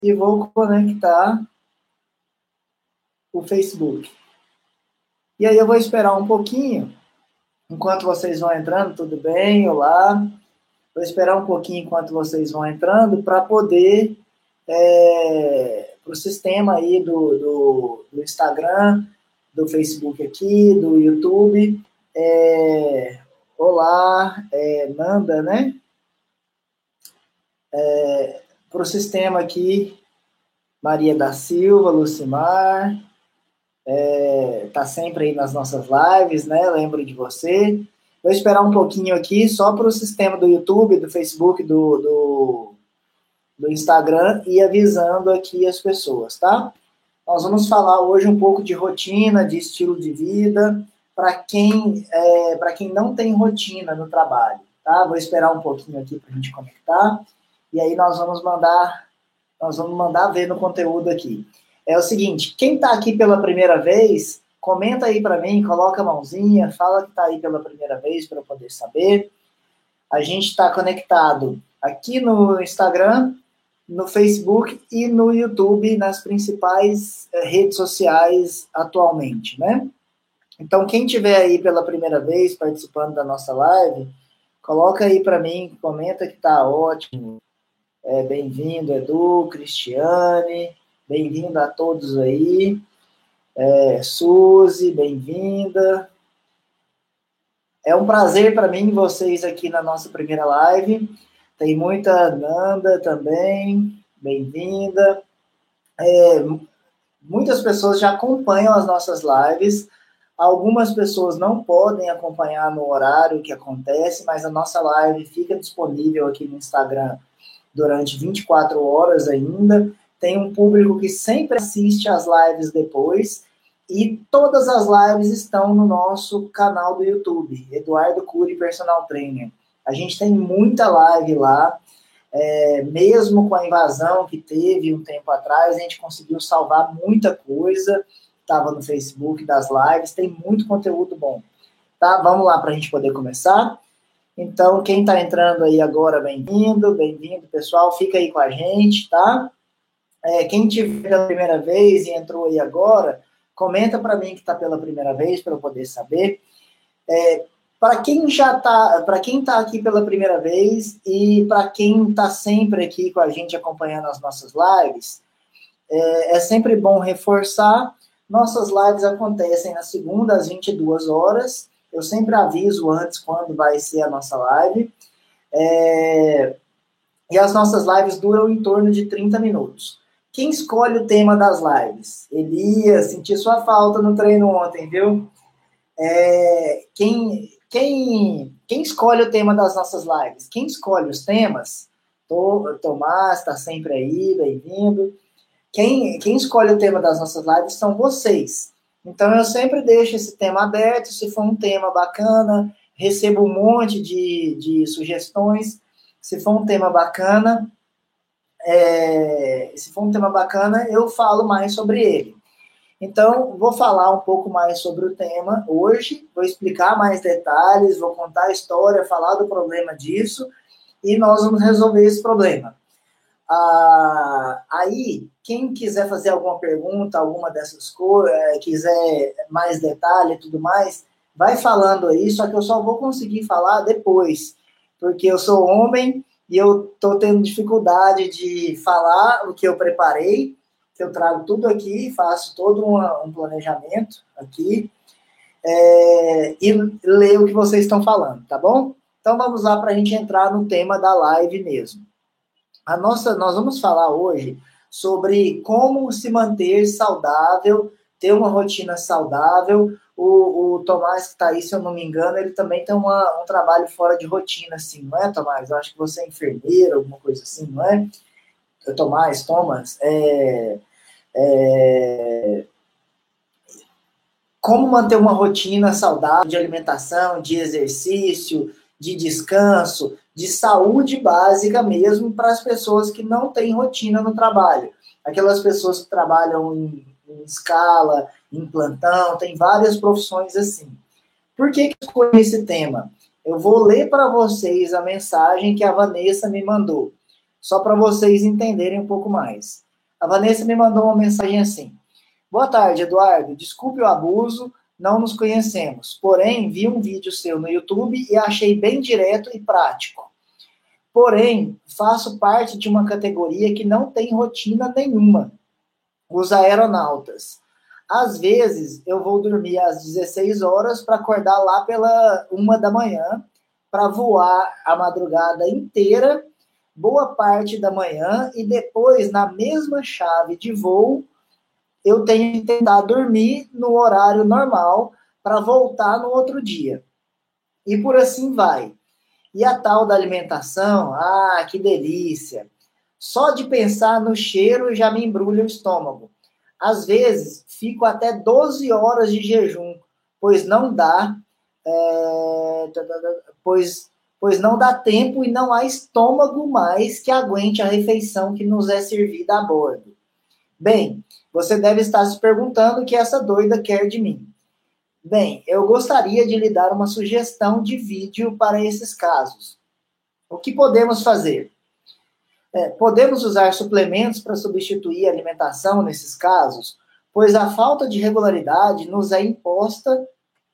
e vou conectar o Facebook. E aí eu vou esperar um pouquinho, enquanto vocês vão entrando, tudo bem? Olá. Vou esperar um pouquinho enquanto vocês vão entrando para poder para o sistema aí do Instagram, do Facebook aqui, do YouTube. Olá, Nanda, né? Para o sistema aqui, Maria da Silva, Lucimar, tá sempre aí nas nossas lives, né? Lembro de você. Vou esperar um pouquinho aqui, só para o sistema do YouTube, do Facebook, do Instagram, e avisando aqui as pessoas, tá? Nós vamos falar hoje um pouco de rotina, de estilo de vida, para quem não tem rotina no trabalho, tá? Vou esperar um pouquinho aqui para a gente conectar, e aí nós vamos mandar ver no conteúdo aqui. É o seguinte, quem está aqui pela primeira vez, comenta aí para mim, coloca a mãozinha, fala que está aí pela primeira vez para eu poder saber. A gente está conectado aqui no Instagram, no Facebook e no YouTube, nas principais redes sociais atualmente, né? Então, quem estiver aí pela primeira vez participando da nossa live, coloca aí para mim, comenta que está ótimo. Bem-vindo, Edu, Cristiane, bem-vindo a todos aí. Suzy, bem-vinda. É um prazer para mim vocês aqui na nossa primeira live. Tem muita Nanda também, bem-vinda. Muitas pessoas já acompanham as nossas lives. Algumas pessoas não podem acompanhar no horário que acontece, mas a nossa live fica disponível aqui no Instagram durante 24 horas ainda. Tem um público que sempre assiste às lives depois. E todas as lives estão no nosso canal do YouTube, Eduardo Cury Personal Trainer. A gente tem muita live lá, mesmo com a invasão que teve um tempo atrás, a gente conseguiu salvar muita coisa, estava no Facebook das lives, tem muito conteúdo bom. Tá? Vamos lá para a gente poder começar? Então, quem está entrando aí agora, bem-vindo, pessoal, fica aí com a gente, tá? Quem tiver pela primeira vez e entrou aí agora, comenta para mim que está pela primeira vez, para eu poder saber. Para quem está aqui pela primeira vez e para quem está sempre aqui com a gente acompanhando as nossas lives, é sempre bom reforçar. Nossas lives acontecem na segunda às 22 horas. Eu sempre aviso antes quando vai ser a nossa live. E as nossas lives duram em torno de 30 minutos. Quem escolhe o tema das lives? Elias, senti sua falta no treino ontem, viu? Quem escolhe o tema das nossas lives? Quem escolhe os temas? Tomás está sempre aí, bem-vindo. Quem escolhe o tema das nossas lives são vocês. Então, eu sempre deixo esse tema aberto. Se for um tema bacana, recebo um monte de sugestões. Se for um tema bacana, eu falo mais sobre ele. Então, vou falar um pouco mais sobre o tema hoje, vou explicar mais detalhes, vou contar a história, falar do problema disso, e nós vamos resolver esse problema. Aí, quem quiser fazer alguma pergunta, alguma dessas coisas, quiser mais detalhe e tudo mais, vai falando aí, só que eu só vou conseguir falar depois, porque eu sou homem e eu estou tendo dificuldade de falar o que eu preparei, que eu trago tudo aqui, faço todo um planejamento aqui, e ler o que vocês estão falando, tá bom? Então vamos lá para a gente entrar no tema da live mesmo. Nós vamos falar hoje sobre como se manter saudável, ter uma rotina saudável. O Tomás que está aí, se eu não me engano, ele também tem um trabalho fora de rotina, assim, não é, Tomás? Eu acho que você é enfermeiro, alguma coisa assim, não é? Thomas, como manter uma rotina saudável de alimentação, de exercício, de descanso, de saúde básica mesmo para as pessoas que não têm rotina no trabalho. Aquelas pessoas que trabalham em escala, em plantão, tem várias profissões assim. Por que eu escolhi esse tema? Eu vou ler para vocês a mensagem que a Vanessa me mandou, só para vocês entenderem um pouco mais. A Vanessa me mandou uma mensagem assim: boa tarde, Eduardo. Desculpe o abuso, não nos conhecemos. Porém, vi um vídeo seu no YouTube e achei bem direto e prático. Porém, faço parte de uma categoria que não tem rotina nenhuma, os aeronautas. Às vezes, eu vou dormir às 16 horas para acordar lá pela 1 da manhã, para voar a madrugada inteira, boa parte da manhã, e depois, na mesma chave de voo, eu tenho que tentar dormir no horário normal para voltar no outro dia. E por assim vai. E a tal da alimentação, que delícia. Só de pensar no cheiro já me embrulha o estômago. Às vezes, fico até 12 horas de jejum, pois não dá, pois não dá tempo e não há estômago mais que aguente a refeição que nos é servida a bordo. Bem, você deve estar se perguntando o que essa doida quer de mim. Bem, eu gostaria de lhe dar uma sugestão de vídeo para esses casos. O que podemos fazer? Podemos usar suplementos para substituir a alimentação nesses casos, pois a falta de regularidade que nos é imposta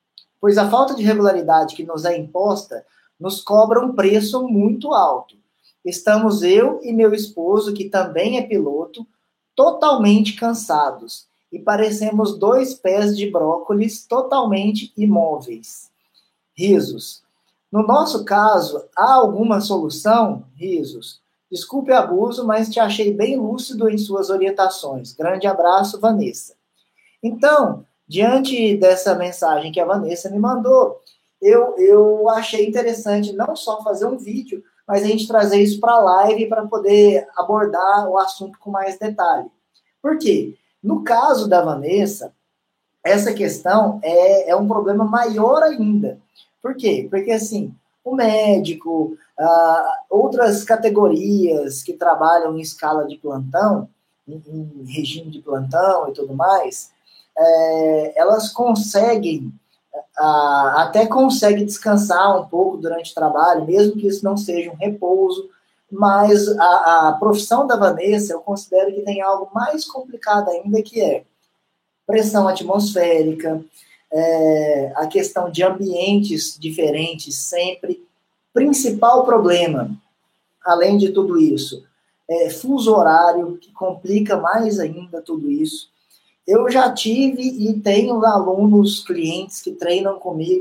nos cobra um preço muito alto. Estamos eu e meu esposo, que também é piloto, totalmente cansados e parecemos 2 pés de brócolis totalmente imóveis. Risos. No nosso caso, há alguma solução? Risos. Desculpe o abuso, mas te achei bem lúcido em suas orientações. Grande abraço, Vanessa. Então, diante dessa mensagem que a Vanessa me mandou, eu achei interessante não só fazer um vídeo, mas a gente trazer isso para a live para poder abordar o assunto com mais detalhe. Por quê? No caso da Vanessa, essa questão é um problema maior ainda. Por quê? Porque, assim, o médico, outras categorias que trabalham em escala de plantão, em regime de plantão e tudo mais, elas conseguem, até conseguem descansar um pouco durante o trabalho, mesmo que isso não seja um repouso, mas a profissão da Vanessa, eu considero que tem algo mais complicado ainda, que é pressão atmosférica, a questão de ambientes diferentes sempre. Principal problema, além de tudo isso, fuso horário, que complica mais ainda tudo isso. Eu já tive e tenho alunos, clientes que treinam comigo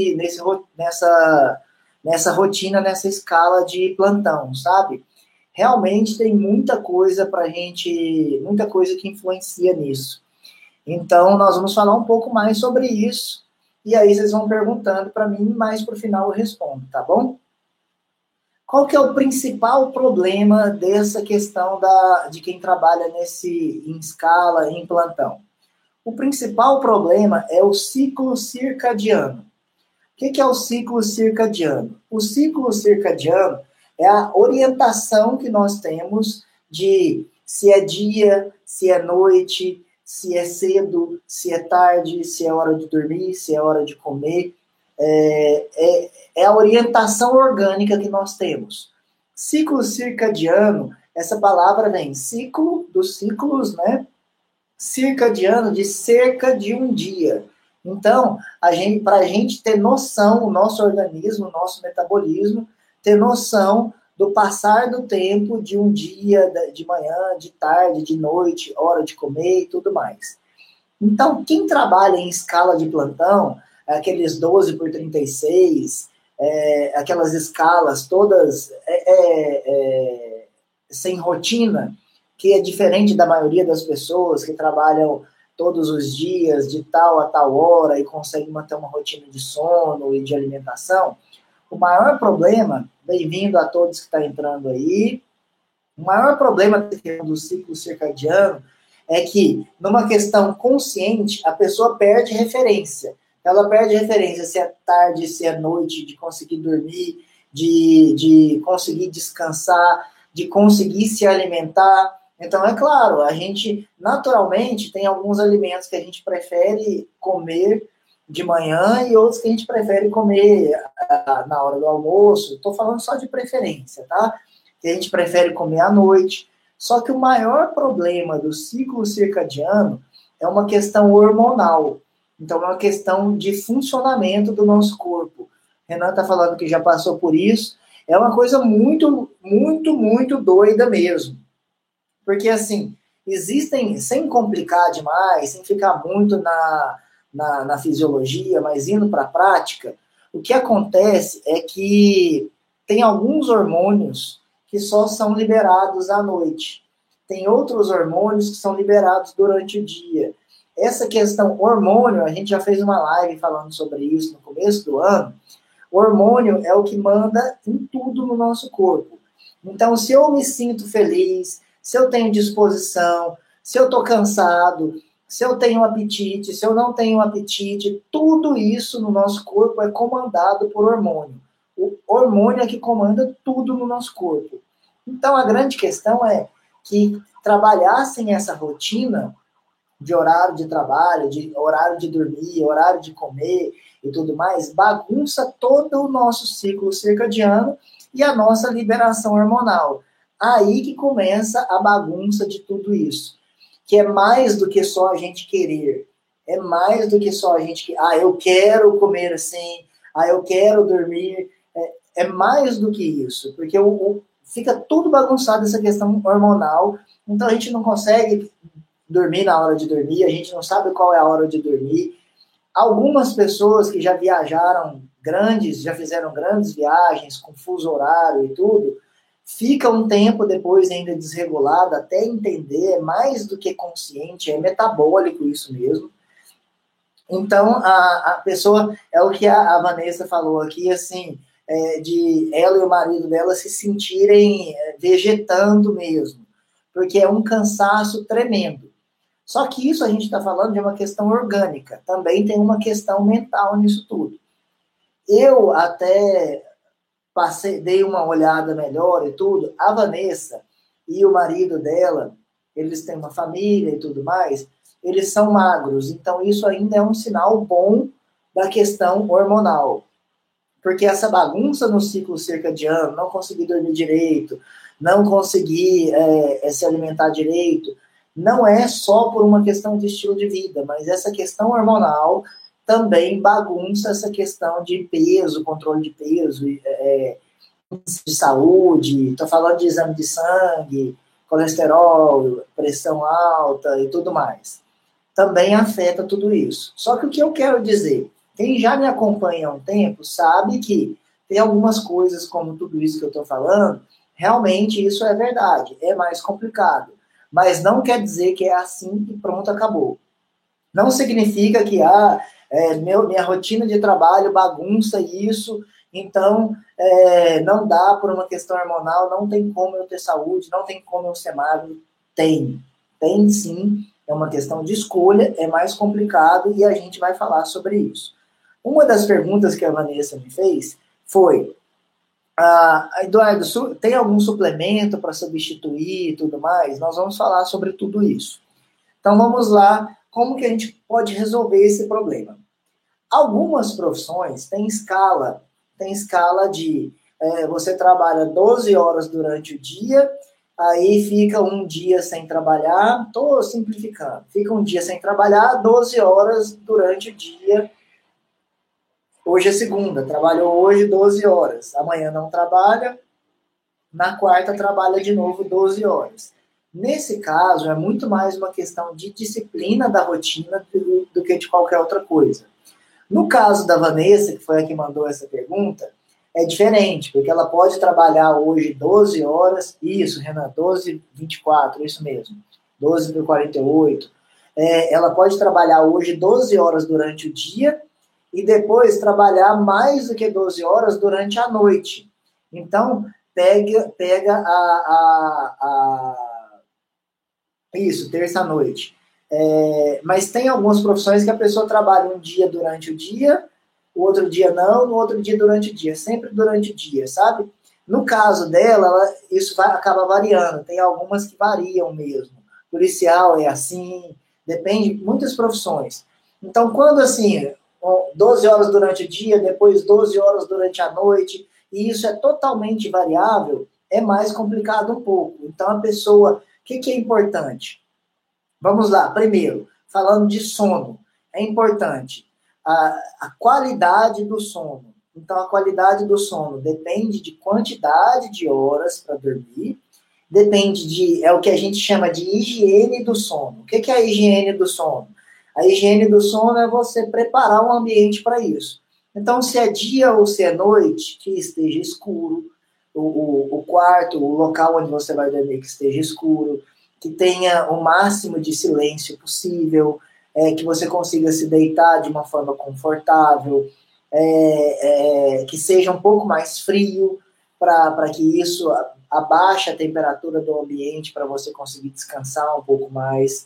nessa rotina, nessa escala de plantão, sabe? Realmente tem muita coisa muita coisa que influencia nisso. Então, nós vamos falar um pouco mais sobre isso, e aí vocês vão perguntando para mim, mais para o final eu respondo, tá bom? Qual que é o principal problema dessa questão de quem trabalha em escala, em plantão? O principal problema é o ciclo circadiano. O que é o ciclo circadiano? O ciclo circadiano é a orientação que nós temos de se é dia, se é noite, se é cedo, se é tarde, se é hora de dormir, se é hora de comer. É a orientação orgânica que nós temos. Ciclo circadiano, essa palavra vem ciclo, dos ciclos, né? Circadiano, de cerca de um dia. Então, para a gente ter noção, o nosso organismo, o nosso metabolismo, ter noção do passar do tempo de um dia, de manhã, de tarde, de noite, hora de comer e tudo mais. Então, quem trabalha em escala de plantão, aqueles 12 por 36, aquelas escalas todas sem rotina, que é diferente da maioria das pessoas que trabalham todos os dias, de tal a tal hora, e conseguem manter uma rotina de sono e de alimentação. O maior problema, bem-vindo a todos que estão entrando aí, o maior problema do ciclo circadiano é que, numa questão consciente, a pessoa perde referência. Ela perde referência se é tarde, se é noite, de conseguir dormir, de conseguir descansar, de conseguir se alimentar. Então, é claro, a gente, naturalmente, tem alguns alimentos que a gente prefere comer de manhã e outros que a gente prefere comer na hora do almoço. Estou falando só de preferência, tá? Que a gente prefere comer à noite. Só que o maior problema do ciclo circadiano é uma questão hormonal. Então, é uma questão de funcionamento do nosso corpo. Renan está falando que já passou por isso. É uma coisa muito, muito, muito doida mesmo. Porque, assim, existem, sem complicar demais, sem ficar muito na fisiologia, mas indo para a prática, o que acontece é que tem alguns hormônios que só são liberados à noite. Tem outros hormônios que são liberados durante o dia. Essa questão hormônio, a gente já fez uma live falando sobre isso no começo do ano. O hormônio é o que manda em tudo no nosso corpo. Então, se eu me sinto feliz, se eu tenho disposição, se eu estou cansado, se eu tenho apetite, se eu não tenho apetite, tudo isso no nosso corpo é comandado por hormônio. O hormônio é que comanda tudo no nosso corpo. Então, a grande questão é que trabalhassem essa rotina de horário de trabalho, de horário de dormir, horário de comer e tudo mais, bagunça todo o nosso ciclo circadiano e a nossa liberação hormonal. Aí que começa a bagunça de tudo isso, que é mais do que só a gente querer, é mais do que só a gente, eu quero comer assim, eu quero dormir, é mais do que isso, porque fica tudo bagunçado essa questão hormonal, então a gente não consegue dormir na hora de dormir, a gente não sabe qual é a hora de dormir. Algumas pessoas que já viajaram já fizeram grandes viagens com fuso horário e tudo, fica um tempo depois ainda desregulado até entender, é mais do que consciente, é metabólico isso mesmo. Então, a pessoa, é o que a Vanessa falou aqui, assim, de ela e o marido dela se sentirem vegetando mesmo, porque é um cansaço tremendo. Só que isso a gente está falando de uma questão orgânica, também tem uma questão mental nisso tudo. Eu até dei uma olhada melhor e tudo, a Vanessa e o marido dela, eles têm uma família e tudo mais, eles são magros, então isso ainda é um sinal bom da questão hormonal. Porque essa bagunça no ciclo circadiano, não conseguir dormir direito, não conseguir se alimentar direito, não é só por uma questão de estilo de vida, mas essa questão hormonal também bagunça essa questão de peso, controle de peso, de saúde, estou falando de exame de sangue, colesterol, pressão alta e tudo mais. Também afeta tudo isso. Só que o que eu quero dizer, quem já me acompanha há um tempo sabe que tem algumas coisas, como tudo isso que eu estou falando, realmente isso é verdade, é mais complicado. Mas não quer dizer que é assim e pronto, acabou. Não significa que minha rotina de trabalho bagunça isso, então não dá por uma questão hormonal, não tem como eu ter saúde, não tem como eu ser magro. Tem sim, é uma questão de escolha, é mais complicado e a gente vai falar sobre isso. Uma das perguntas que a Vanessa me fez foi: Eduardo, tem algum suplemento para substituir e tudo mais? Nós vamos falar sobre tudo isso. Então vamos lá, como que a gente pode resolver esse problema? Algumas profissões têm escala de você trabalha 12 horas durante o dia, aí fica um dia sem trabalhar, estou simplificando, fica um dia sem trabalhar, 12 horas durante o dia. Hoje é segunda, trabalhou hoje 12 horas, amanhã não trabalha, na quarta trabalha de novo 12 horas. Nesse caso, é muito mais uma questão de disciplina da rotina do que de qualquer outra coisa. No caso da Vanessa, que foi a que mandou essa pergunta, é diferente, porque ela pode trabalhar hoje 12 horas, isso, Renan, 12, 24, isso mesmo, 12 por 48. Ela pode trabalhar hoje 12 horas durante o dia e depois trabalhar mais do que 12 horas durante a noite. Então, pega isso, terça-noite. Mas tem algumas profissões que a pessoa trabalha um dia durante o dia, o outro dia não, no outro dia durante o dia, sempre durante o dia, sabe? No caso dela, isso acaba variando, tem algumas que variam mesmo. Policial é assim, depende de muitas profissões. Então, quando assim, 12 horas durante o dia, depois 12 horas durante a noite, e isso é totalmente variável, é mais complicado um pouco. Então, a pessoa que é importante? Vamos lá, primeiro, falando de sono, é importante a qualidade do sono. Então, a qualidade do sono depende de quantidade de horas para dormir, é o que a gente chama de higiene do sono. O que é a higiene do sono? A higiene do sono é você preparar um ambiente para isso. Então, se é dia ou se é noite, que esteja escuro, o quarto, o local onde você vai dormir que esteja escuro, que tenha o máximo de silêncio possível, que você consiga se deitar de uma forma confortável, que seja um pouco mais frio, para que isso abaixe a temperatura do ambiente, para você conseguir descansar um pouco mais,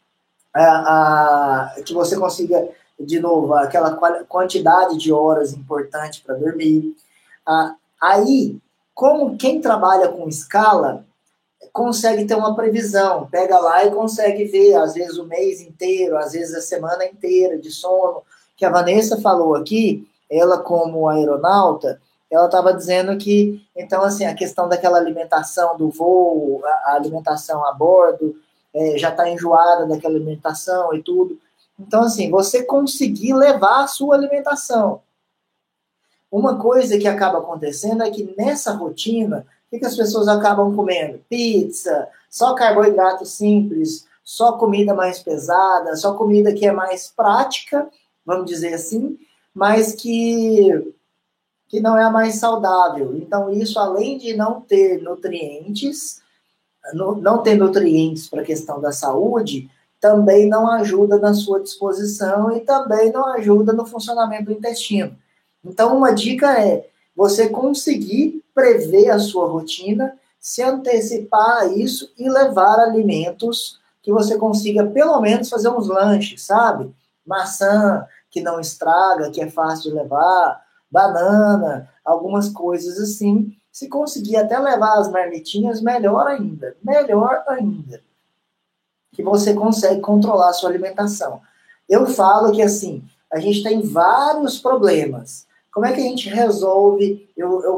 que você consiga, de novo, aquela quantidade de horas importante para dormir. Aí, como quem trabalha com escala, consegue ter uma previsão, pega lá e consegue ver, às vezes o mês inteiro, às vezes a semana inteira de sono, que a Vanessa falou aqui, ela como aeronauta, ela estava dizendo que, então, assim, a questão daquela alimentação do voo, a alimentação a bordo, já está enjoada daquela alimentação e tudo. Então, assim, você conseguir levar a sua alimentação. Uma coisa que acaba acontecendo é que nessa rotina, o que as pessoas acabam comendo? Pizza, só carboidrato simples, só comida mais pesada, só comida que é mais prática, vamos dizer assim, mas que não é a mais saudável. Então, isso, além de não ter nutrientes, não ter nutrientes para a questão da saúde, também não ajuda na sua disposição e também não ajuda no funcionamento do intestino. Então, uma dica é você conseguir prever a sua rotina, se antecipar a isso e levar alimentos que você consiga, pelo menos, fazer uns lanches, sabe? Maçã, que não estraga, que é fácil de levar, banana, algumas coisas assim. Se conseguir até levar as marmitinhas, melhor ainda. Melhor ainda. Que você consegue controlar a sua alimentação. Eu falo que, assim, a gente tem vários problemas. Como é que a gente resolve?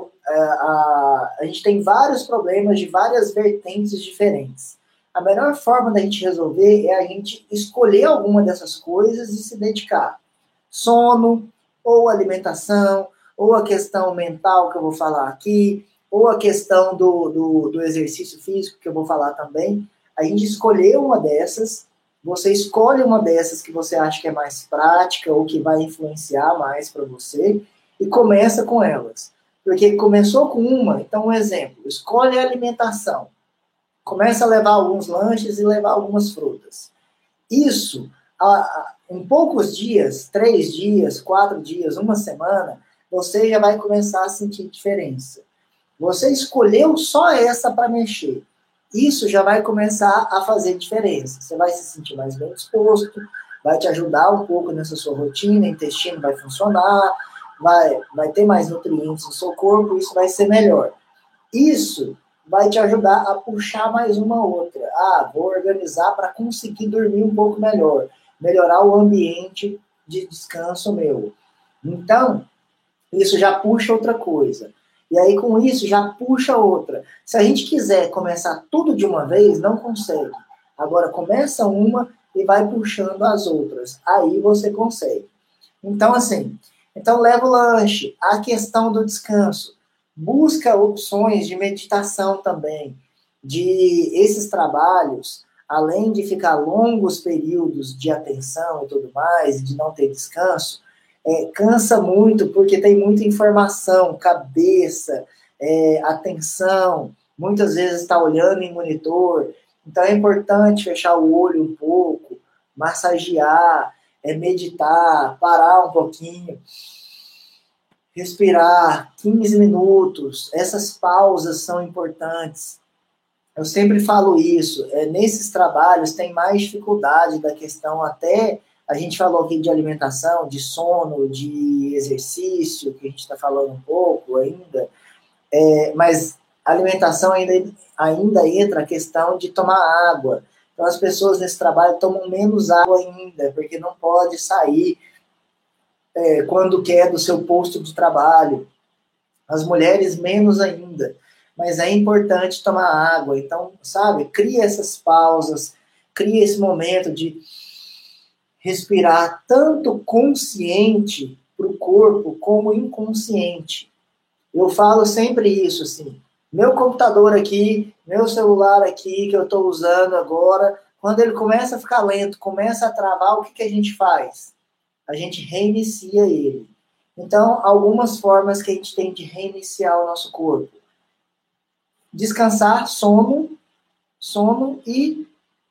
A gente tem vários problemas de várias vertentes diferentes. A melhor forma da gente resolver é a gente escolher alguma dessas coisas e se dedicar. Sono, ou alimentação, ou a questão mental que eu vou falar aqui, ou a questão do exercício físico que eu vou falar também. A gente escolheu uma dessas, você escolhe uma dessas que você acha que é mais prática ou que vai influenciar mais para você e começa com elas. Porque começou com uma, então um exemplo, escolhe a alimentação. Começa a levar alguns lanches e levar algumas frutas. Isso, em poucos dias, 3 dias, 4 dias, uma semana, você já vai começar a sentir diferença. Você escolheu só essa para mexer. Isso já vai começar a fazer diferença. Você vai se sentir mais bem disposto, vai te ajudar um pouco nessa sua rotina, o intestino vai funcionar, vai ter mais nutrientes no seu corpo, isso vai ser melhor. Isso vai te ajudar a puxar mais uma outra. Vou organizar para conseguir dormir um pouco melhor, melhorar o ambiente de descanso meu. Então, isso já puxa outra coisa. E aí, com isso, já puxa outra. Se a gente quiser começar tudo de uma vez, não consegue. Agora, começa uma e vai puxando as outras. Aí você consegue. Então, assim, leva o lanche. A questão do descanso. Busca opções de meditação também. Esses trabalhos, além de ficar longos períodos de atenção e tudo mais, de não ter descanso, cansa muito, porque tem muita informação, cabeça, atenção, muitas vezes está olhando em monitor, então é importante fechar o olho um pouco, massagear, meditar, parar um pouquinho, respirar 15 minutos, essas pausas são importantes. Eu sempre falo isso, nesses trabalhos tem mais dificuldade da questão até. A gente falou aqui de alimentação, de sono, de exercício, que a gente está falando um pouco ainda, mas a alimentação ainda entra a questão de tomar água. Então, as pessoas nesse trabalho tomam menos água ainda, porque não pode sair quando quer do seu posto de trabalho. As mulheres, menos ainda. mas é importante tomar água. Então, sabe, cria essas pausas, cria esse momento de respirar tanto consciente para o corpo como inconsciente. Eu falo sempre isso, assim, meu computador aqui, meu celular aqui que eu estou usando agora, quando ele começa a ficar lento, começa a travar, o que a gente faz? A gente reinicia ele. Então, algumas formas que a gente tem de reiniciar o nosso corpo. Descansar, sono e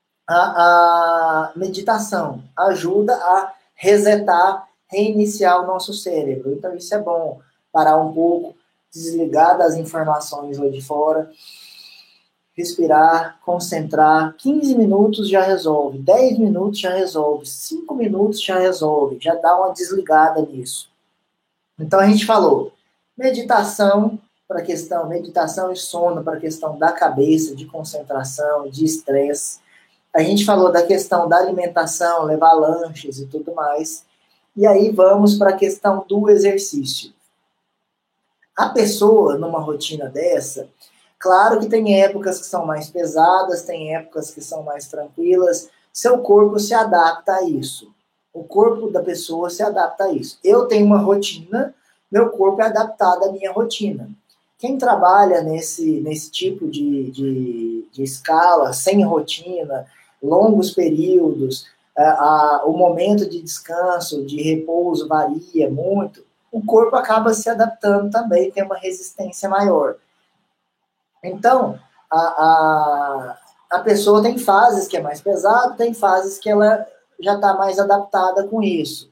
a meditação ajuda a resetar, reiniciar o nosso cérebro. Então, isso é bom. Parar um pouco, desligar das informações lá de fora, respirar, concentrar. 15 minutos já resolve, 10 minutos já resolve, 5 minutos já resolve, já dá uma desligada nisso. Então, a gente falou meditação para a questão, meditação e sono para a questão da cabeça, de concentração, de estresse. A gente falou da questão da alimentação, levar lanches e tudo mais. E aí vamos para a questão do exercício. A pessoa, numa rotina dessa, claro que tem épocas que são mais pesadas, tem épocas que são mais tranquilas. Seu corpo se adapta a isso. O corpo da pessoa se adapta a isso. Eu tenho uma rotina, meu corpo é adaptado à minha rotina. Quem trabalha nesse tipo de escala, sem rotina, longos períodos, o momento de descanso, de repouso varia muito, o corpo acaba se adaptando também, tem uma resistência maior. Então, a pessoa tem fases que é mais pesado, tem fases que ela já está mais adaptada com isso.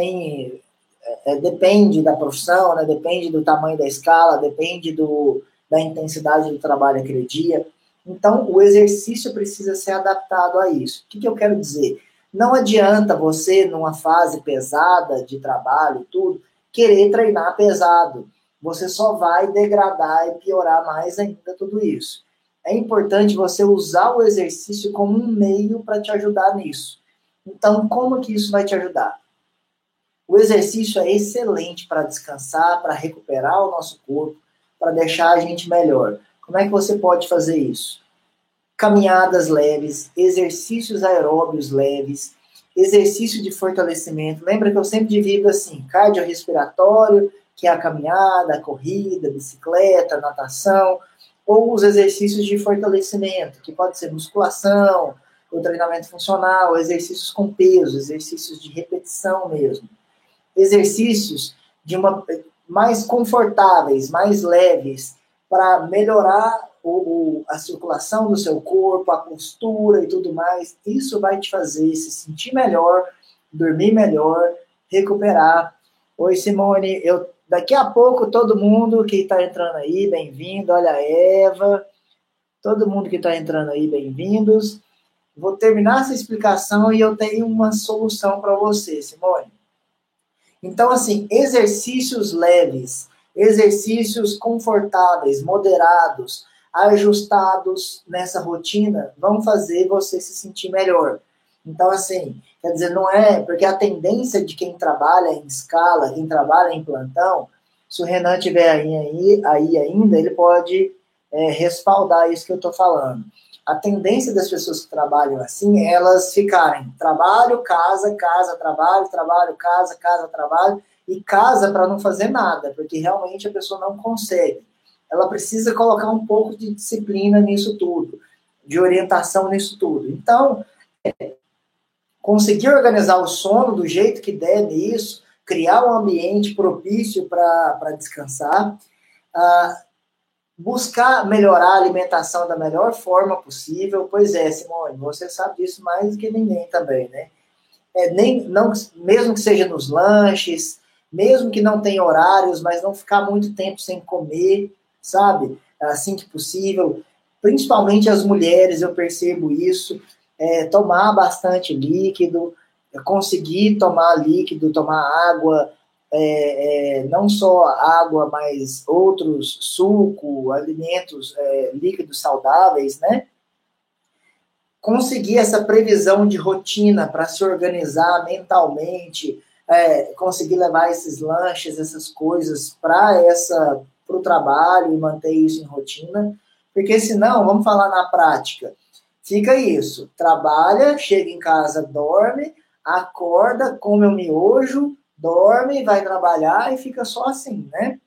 Depende da profissão, né? Depende do tamanho da escala, depende da intensidade do trabalho aquele dia. Então, o exercício precisa ser adaptado a isso. O que eu quero dizer? Não adianta você, numa fase pesada de trabalho, tudo, querer treinar pesado. Você só vai degradar e piorar mais ainda tudo isso. É importante você usar o exercício como um meio para te ajudar nisso. Então, como que isso vai te ajudar? O exercício é excelente para descansar, para recuperar o nosso corpo, para deixar a gente melhor. Como é que você pode fazer isso? Caminhadas leves, exercícios aeróbios leves, exercício de fortalecimento. Lembra que eu sempre divido assim, cardiorrespiratório, que é a caminhada, a corrida, a bicicleta, a natação, ou os exercícios de fortalecimento, que pode ser musculação, o treinamento funcional, exercícios com peso, exercícios de repetição mesmo. Exercícios mais confortáveis, mais leves, para melhorar a circulação do seu corpo, a postura e tudo mais. Isso vai te fazer se sentir melhor, dormir melhor, recuperar. Oi, Simone, daqui a pouco todo mundo que está entrando aí, bem-vindo. Olha a Eva, todo mundo que está entrando aí, bem-vindos. Vou terminar essa explicação e eu tenho uma solução para você, Simone. Então, assim, exercícios leves, exercícios confortáveis, moderados, ajustados nessa rotina, vão fazer você se sentir melhor. Então, assim, quer dizer, não é... Porque a tendência de quem trabalha em escala, quem trabalha em plantão, se o Renan estiver aí ainda, ele pode respaldar isso que eu estou falando. A tendência das pessoas que trabalham assim é elas ficarem trabalho, casa, casa, trabalho, trabalho, casa, casa, trabalho, e casa para não fazer nada, porque realmente a pessoa não consegue. Ela precisa colocar um pouco de disciplina nisso tudo, de orientação nisso tudo. Então, conseguir organizar o sono do jeito que deve isso, criar um ambiente propício para descansar, buscar melhorar a alimentação da melhor forma possível. Pois é, Simone, você sabe disso mais do que ninguém também, né? Mesmo que seja nos lanches, mesmo que não tenha horários, mas não ficar muito tempo sem comer, sabe? Assim que possível. Principalmente as mulheres, eu percebo isso. Tomar bastante líquido, conseguir tomar líquido, tomar água, não só água, mas outros suco, alimentos líquidos saudáveis, né? Conseguir essa previsão de rotina para se organizar mentalmente, conseguir levar esses lanches, essas coisas para para o trabalho e manter isso em rotina, porque senão, vamos falar na prática, fica isso, trabalha, chega em casa, dorme, acorda, come um miojo, dorme, vai trabalhar e fica só assim, né?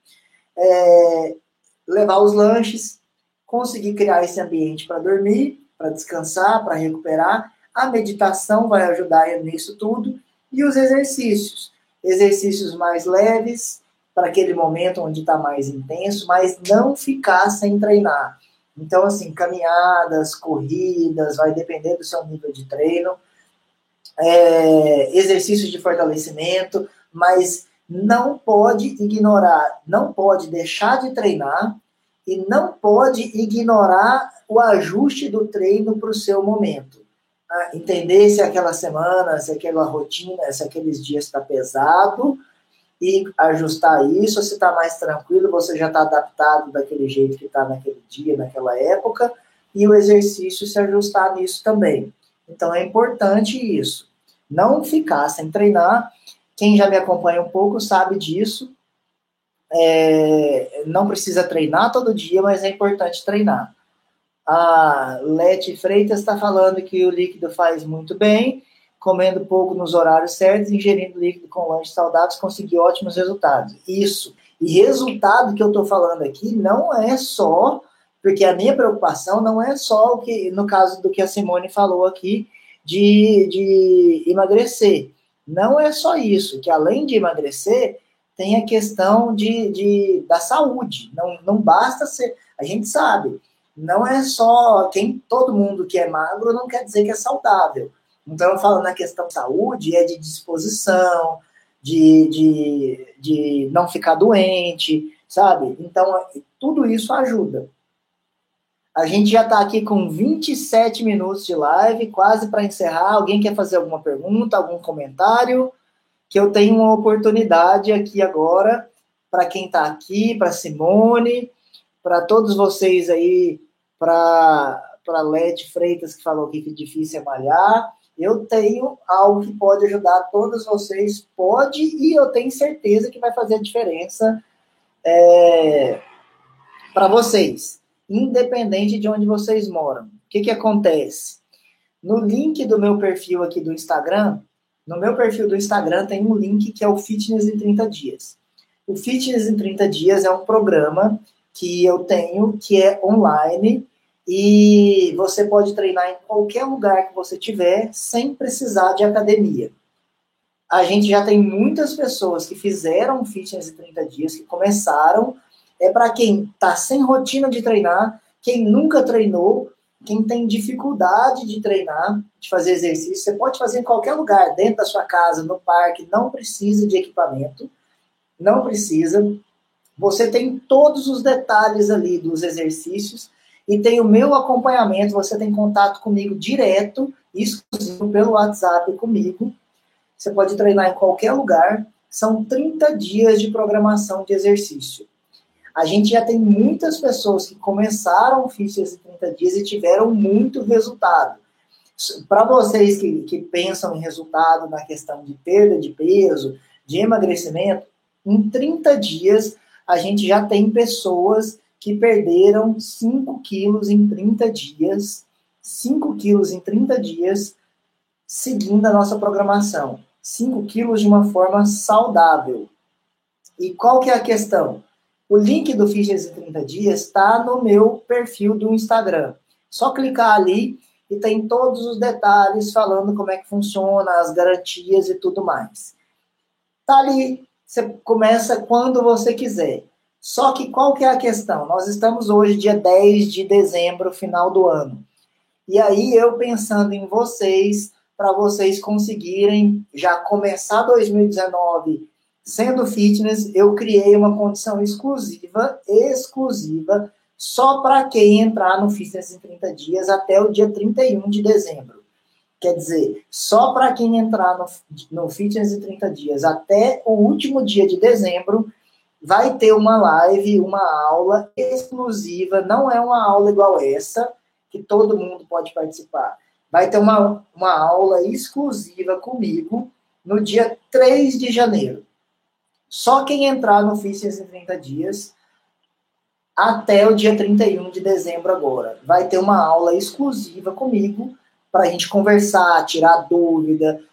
Levar os lanches, conseguir criar esse ambiente para dormir, para descansar, para recuperar. A meditação vai ajudar nisso tudo. E os exercícios. Exercícios mais leves, para aquele momento onde está mais intenso, mas não ficar sem treinar. Então, assim, caminhadas, corridas, vai depender do seu nível de treino. Exercícios de fortalecimento, mas não pode ignorar, não pode deixar de treinar e não pode ignorar o ajuste do treino para o seu momento. Entender se aquela semana, se aquela rotina, se aqueles dias está pesado e ajustar isso, se está mais tranquilo, você já está adaptado daquele jeito que está naquele dia, naquela época, e o exercício se ajustar nisso também. Então é importante isso. Não ficar sem treinar. Quem já me acompanha um pouco sabe disso. Não precisa treinar todo dia, mas é importante treinar. A Leti Freitas está falando que o líquido faz muito bem, comendo pouco nos horários certos, ingerindo líquido com lanches saudáveis, conseguir ótimos resultados. Isso. E resultado que eu estou falando aqui não é só, porque a minha preocupação não é só o que, no caso do que a Simone falou aqui, de emagrecer. Não é só isso, que além de emagrecer, tem a questão da saúde. Não basta ser... A gente sabe, não é só... Todo mundo que é magro não quer dizer que é saudável. Então, eu falo na questão de saúde, é de disposição, de não ficar doente, sabe? Então, tudo isso ajuda. A gente já está aqui com 27 minutos de live, quase para encerrar. Alguém quer fazer alguma pergunta, algum comentário? Que eu tenho uma oportunidade aqui agora, para quem está aqui, para Simone, para todos vocês aí, para Leti Freitas, que falou aqui que difícil é malhar. Eu tenho algo que pode ajudar todos vocês, pode, e eu tenho certeza que vai fazer a diferença para vocês, independente de onde vocês moram. O que acontece? No link do meu perfil aqui do Instagram, no meu perfil do Instagram tem um link que é o Fitness em 30 Dias. O Fitness em 30 Dias é um programa que eu tenho, que é online, e você pode treinar em qualquer lugar que você tiver, sem precisar de academia. A gente já tem muitas pessoas que fizeram Fitness em 30 Dias, que começaram. É para quem está sem rotina de treinar, quem nunca treinou, quem tem dificuldade de treinar, de fazer exercício. Você pode fazer em qualquer lugar, dentro da sua casa, no parque, não precisa de equipamento, não precisa. Você tem todos os detalhes ali dos exercícios e tem o meu acompanhamento, você tem contato comigo direto, exclusivo pelo WhatsApp comigo. Você pode treinar em qualquer lugar, são 30 dias de programação de exercício. A gente já tem muitas pessoas que começaram o Fitness em 30 Dias e tiveram muito resultado. Para vocês que pensam em resultado na questão de perda de peso, de emagrecimento, em 30 dias a gente já tem pessoas que perderam 5 quilos em 30 dias, 5 quilos em 30 dias, seguindo a nossa programação. 5 quilos de uma forma saudável. E qual que é a questão? O link do Fitness em 30 Dias está no meu perfil do Instagram. Só clicar ali e tem todos os detalhes falando como é que funciona, as garantias e tudo mais. Tá ali, você começa quando você quiser. Só que qual que é a questão? Nós estamos hoje, dia 10 de dezembro, final do ano. E aí eu pensando em vocês, para vocês conseguirem já começar 2019 sendo fitness, eu criei uma condição exclusiva, só para quem entrar no Fitness em 30 Dias até o dia 31 de dezembro. Quer dizer, só para quem entrar no Fitness em 30 Dias até o último dia de dezembro, vai ter uma live, uma aula exclusiva, não é uma aula igual essa, que todo mundo pode participar. Vai ter uma aula exclusiva comigo no dia 3 de janeiro. Só quem entrar no Fitness em 30 Dias até o dia 31 de dezembro agora. Vai ter uma aula exclusiva comigo para a gente conversar, tirar dúvida,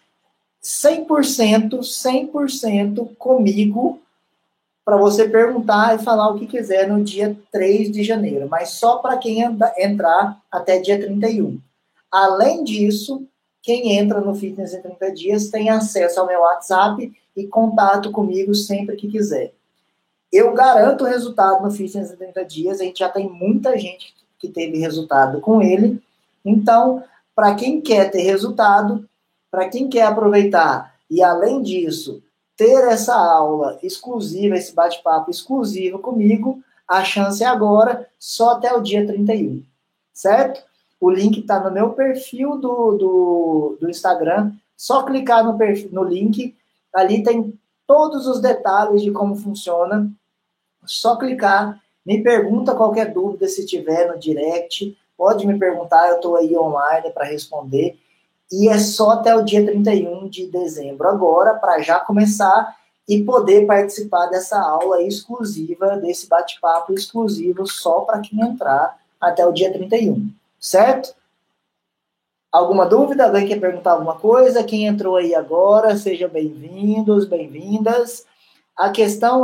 100% comigo, para você perguntar e falar o que quiser no dia 3 de janeiro, mas só para quem entrar até dia 31. Além disso, quem entra no Fitness em 30 dias tem acesso ao meu WhatsApp e contato comigo sempre que quiser. Eu garanto o resultado no Fitness em 30 dias, a gente já tem muita gente que teve resultado com ele. Então, para quem quer ter resultado, para quem quer aproveitar e, além disso, ter essa aula exclusiva, esse bate-papo exclusivo comigo, a chance é agora, só até o dia 31, certo? O link está no meu perfil do Instagram, só clicar no link, ali tem todos os detalhes de como funciona, só clicar, me pergunta qualquer dúvida se tiver no direct, pode me perguntar, eu estou aí online para responder. E é só até o dia 31 de dezembro agora, para já começar e poder participar dessa aula exclusiva, desse bate-papo exclusivo, só para quem entrar até o dia 31, certo? Alguma dúvida? Alguém quer perguntar alguma coisa? Quem entrou aí agora, sejam bem-vindos, bem-vindas. A questão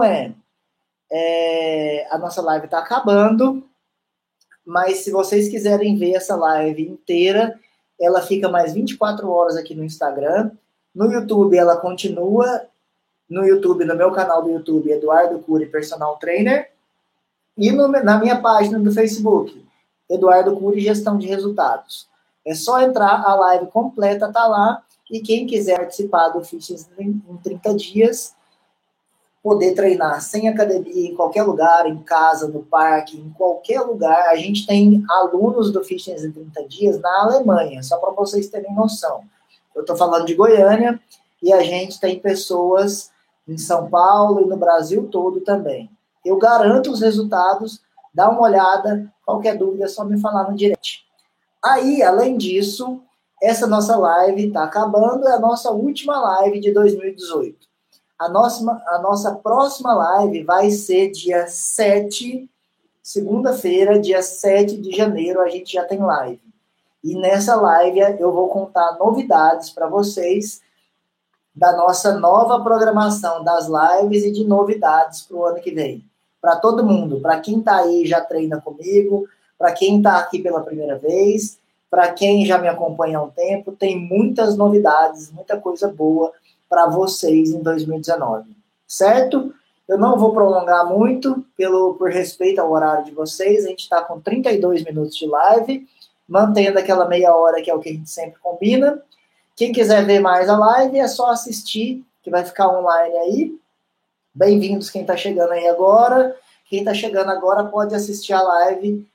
a nossa live está acabando, mas se vocês quiserem ver essa live inteira, ela fica mais 24 horas aqui no Instagram. No YouTube, ela continua. No YouTube, no meu canal do YouTube, Eduardo Cury, Personal Trainer. E na minha página do Facebook, Eduardo Cury, Gestão de Resultados. É só entrar, a live completa tá lá. E quem quiser participar do Fitness em 30 dias, poder treinar sem academia, em qualquer lugar, em casa, no parque, em qualquer lugar. A gente tem alunos do Fitness em 30 dias na Alemanha, só para vocês terem noção. Eu estou falando de Goiânia e a gente tem pessoas em São Paulo e no Brasil todo também. Eu garanto os resultados, dá uma olhada, qualquer dúvida é só me falar no direct. Aí, além disso, essa nossa live está acabando, é a nossa última live de 2018. A nossa próxima live vai ser dia 7, segunda-feira, dia 7 de janeiro, a gente já tem live. E nessa live eu vou contar novidades para vocês da nossa nova programação das lives e de novidades para o ano que vem. Para todo mundo, para quem está aí e já treina comigo, para quem está aqui pela primeira vez, para quem já me acompanha há um tempo, tem muitas novidades, muita coisa boa para vocês em 2019, certo? Eu não vou prolongar muito, por respeito ao horário de vocês, a gente está com 32 minutos de live, mantendo aquela meia hora que é o que a gente sempre combina. Quem quiser ver mais a live, é só assistir, que vai ficar online aí. Bem-vindos quem está chegando aí agora. Quem está chegando agora pode assistir a live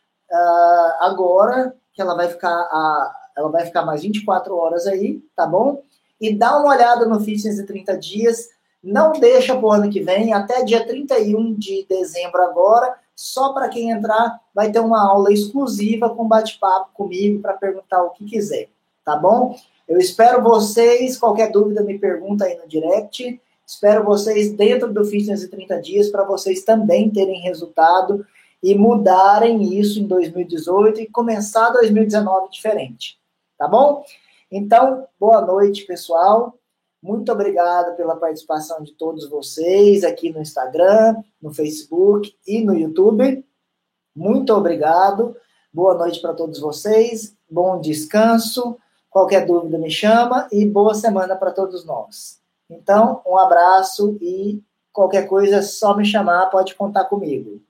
agora, que ela vai ficar mais 24 horas aí, tá bom? E dá uma olhada no Fitness em 30 dias. Não deixa para o ano que vem, até dia 31 de dezembro agora. Só para quem entrar, vai ter uma aula exclusiva com bate-papo comigo para perguntar o que quiser, tá bom? Eu espero vocês, qualquer dúvida me pergunta aí no direct. Espero vocês dentro do Fitness em 30 dias para vocês também terem resultado e mudarem isso em 2018 e começar 2019 diferente, tá bom? Então, boa noite, pessoal. Muito obrigado pela participação de todos vocês aqui no Instagram, no Facebook e no YouTube. Muito obrigado. Boa noite para todos vocês. Bom descanso. Qualquer dúvida me chama e boa semana para todos nós. Então, um abraço e qualquer coisa é só me chamar, pode contar comigo.